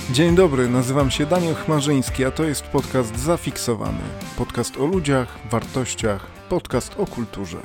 Dzień dobry, nazywam się Daniel Chmarzyński, a to jest podcast Zafiksowany. Podcast o ludziach, wartościach, podcast o kulturze.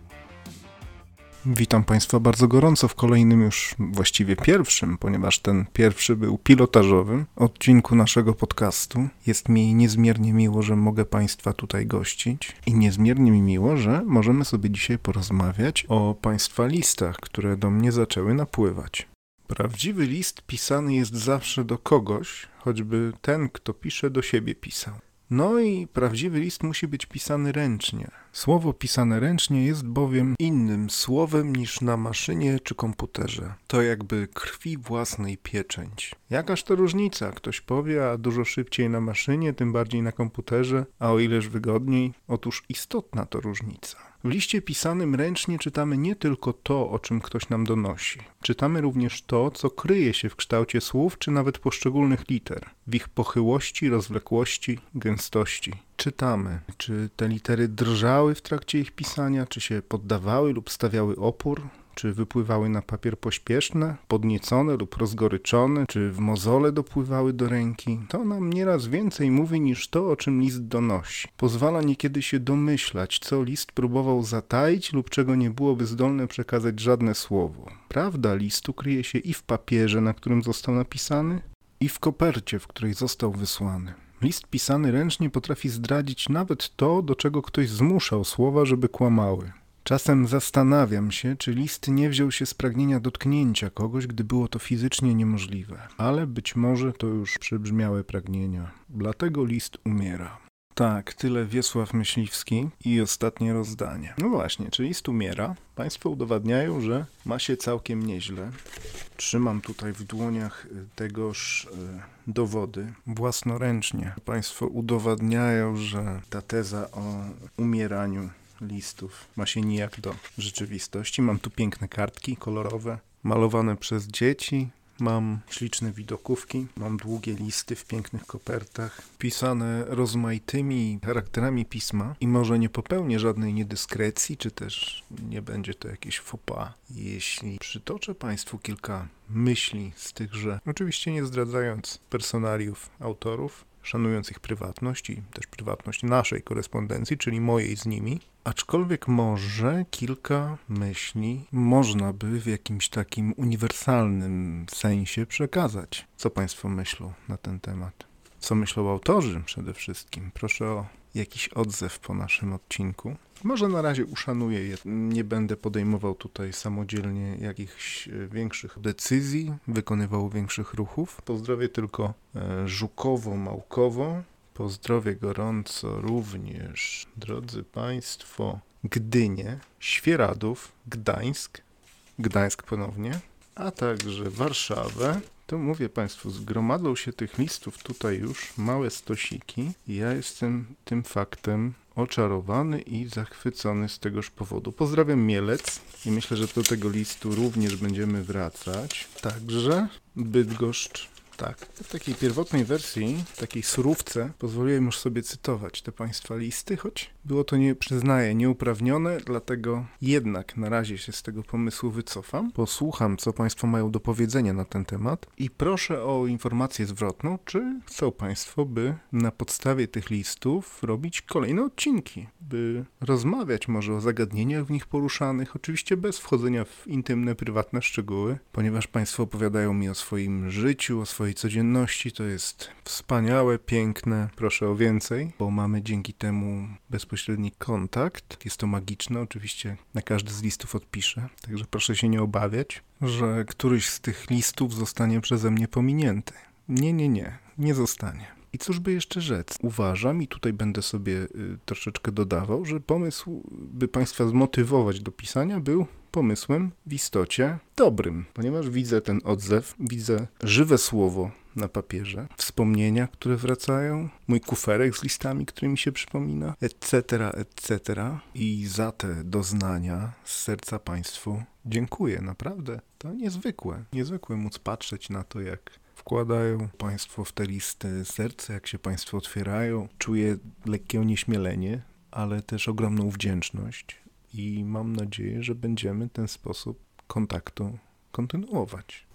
Witam Państwa bardzo gorąco w kolejnym już właściwie pierwszym, ponieważ ten pierwszy był pilotażowym odcinku naszego podcastu. Jest mi niezmiernie miło, że mogę Państwa tutaj gościć i niezmiernie mi miło, że możemy sobie dzisiaj porozmawiać o Państwa listach, które do mnie zaczęły napływać. Prawdziwy list pisany jest zawsze do kogoś, choćby ten, kto pisze, do siebie pisał. No i prawdziwy list musi być pisany ręcznie. Słowo pisane ręcznie jest bowiem innym słowem niż na maszynie czy komputerze. To jakby krwi własnej pieczęć. Jakaż to różnica? Ktoś powie, a dużo szybciej na maszynie, tym bardziej na komputerze, a o ileż wygodniej? Otóż istotna to różnica. W liście pisanym ręcznie czytamy nie tylko to, o czym ktoś nam donosi. Czytamy również to, co kryje się w kształcie słów, czy nawet poszczególnych liter, w ich pochyłości, rozwlekłości, gęstości. Czytamy, czy te litery drżały w trakcie ich pisania, czy się poddawały lub stawiały opór, czy wypływały na papier pośpieszne, podniecone lub rozgoryczone, czy w mozole dopływały do ręki. To nam nieraz więcej mówi niż to, o czym list donosi. Pozwala niekiedy się domyślać, co list próbował zataić lub czego nie byłoby zdolne przekazać żadne słowo. Prawda listu kryje się i w papierze, na którym został napisany, i w kopercie, w której został wysłany. List pisany ręcznie potrafi zdradzić nawet to, do czego ktoś zmuszał słowa, żeby kłamały. Czasem zastanawiam się, czy list nie wziął się z pragnienia dotknięcia kogoś, gdy było to fizycznie niemożliwe. Ale być może to już przebrzmiałe pragnienia. Dlatego list umiera. Tak, tyle Wiesław Myśliwski i ostatnie rozdanie. No właśnie, czy list umiera? Państwo udowadniają, że ma się całkiem nieźle. Trzymam tutaj w dłoniach tegoż dowody własnoręcznie. Państwo udowadniają, że ta teza o umieraniu listów ma się nijak do rzeczywistości. Mam tu piękne kartki kolorowe, malowane przez dzieci. Mam śliczne widokówki, mam długie listy w pięknych kopertach, pisane rozmaitymi charakterami pisma i może nie popełnię żadnej niedyskrecji, czy też nie będzie to jakieś faux pas, jeśli przytoczę Państwu kilka myśli z tychże, oczywiście nie zdradzając personaliów autorów, szanując ich prywatność i też prywatność naszej korespondencji, czyli mojej z nimi. Aczkolwiek może kilka myśli można by w jakimś takim uniwersalnym sensie przekazać. Co Państwo myślą na ten temat? Co myślą autorzy przede wszystkim? Proszę o jakiś odzew po naszym odcinku. Może na razie uszanuję je. Nie będę podejmował tutaj samodzielnie jakichś większych decyzji, wykonywał większych ruchów. Pozdrowię tylko Żukowo-Małkowo. Pozdrowię gorąco również, drodzy Państwo, Gdynię, Świeradów, Gdańsk ponownie, a także Warszawę. To mówię Państwu, zgromadzą się tych listów tutaj już małe stosiki i ja jestem tym faktem oczarowany i zachwycony z tegoż powodu. Pozdrawiam Mielec i myślę, że do tego listu również będziemy wracać. Także Bydgoszcz. Tak, w takiej pierwotnej wersji, takiej surówce, pozwoliłem już sobie cytować te Państwa listy, choć było to, przyznaję, nieuprawnione, dlatego jednak na razie się z tego pomysłu wycofam. Posłucham, co Państwo mają do powiedzenia na ten temat i proszę o informację zwrotną, czy chcą Państwo, by na podstawie tych listów robić kolejne odcinki, by rozmawiać może o zagadnieniach w nich poruszanych, oczywiście bez wchodzenia w intymne, prywatne szczegóły, ponieważ Państwo opowiadają mi o swoim życiu, o swojej codzienności, to jest wspaniałe, piękne, proszę o więcej, bo mamy dzięki temu bezpośredni kontakt. Jest to magiczne, oczywiście na każdy z listów odpiszę, także proszę się nie obawiać, że któryś z tych listów zostanie przeze mnie pominięty. Nie zostanie. I cóż by jeszcze rzec? Uważam i tutaj będę sobie troszeczkę dodawał, że pomysł, by Państwa zmotywować do pisania, był pomysłem w istocie dobrym, ponieważ widzę ten odzew, widzę żywe słowo na papierze, wspomnienia, które wracają, mój kuferek z listami, który mi się przypomina, etc. I za te doznania z serca Państwu dziękuję, naprawdę. To niezwykłe móc patrzeć na to, jak wkładają Państwo w te listy serce, jak się Państwo otwierają. Czuję lekkie onieśmielenie, ale też ogromną wdzięczność i mam nadzieję, że będziemy ten sposób kontaktu kontynuować.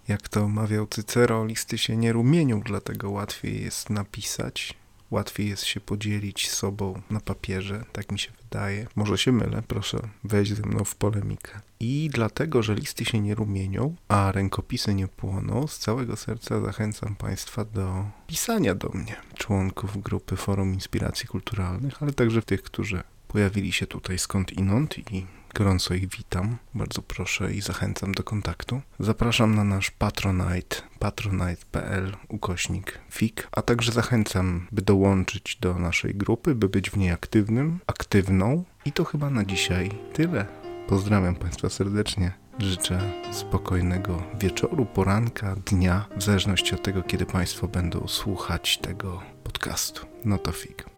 Jak to mawiał Cycero, listy się nie rumienią, dlatego łatwiej jest napisać, łatwiej jest się podzielić sobą na papierze, tak mi się wydaje. Może się mylę, proszę wejść ze mną w polemikę. I dlatego, że listy się nie rumienią, a rękopisy nie płoną, z całego serca zachęcam Państwa do pisania do mnie, członków grupy Forum Inspiracji Kulturalnych, ale także tych, którzy pojawili się tutaj skądinąd i gorąco ich witam. Bardzo proszę i zachęcam do kontaktu. Zapraszam na nasz Patronite, patronite.pl/fik, a także zachęcam, by dołączyć do naszej grupy, by być w niej aktywną. I to chyba na dzisiaj tyle. Pozdrawiam Państwa serdecznie. Życzę spokojnego wieczoru, poranka, dnia, w zależności od tego, kiedy Państwo będą słuchać tego podcastu. No to fig.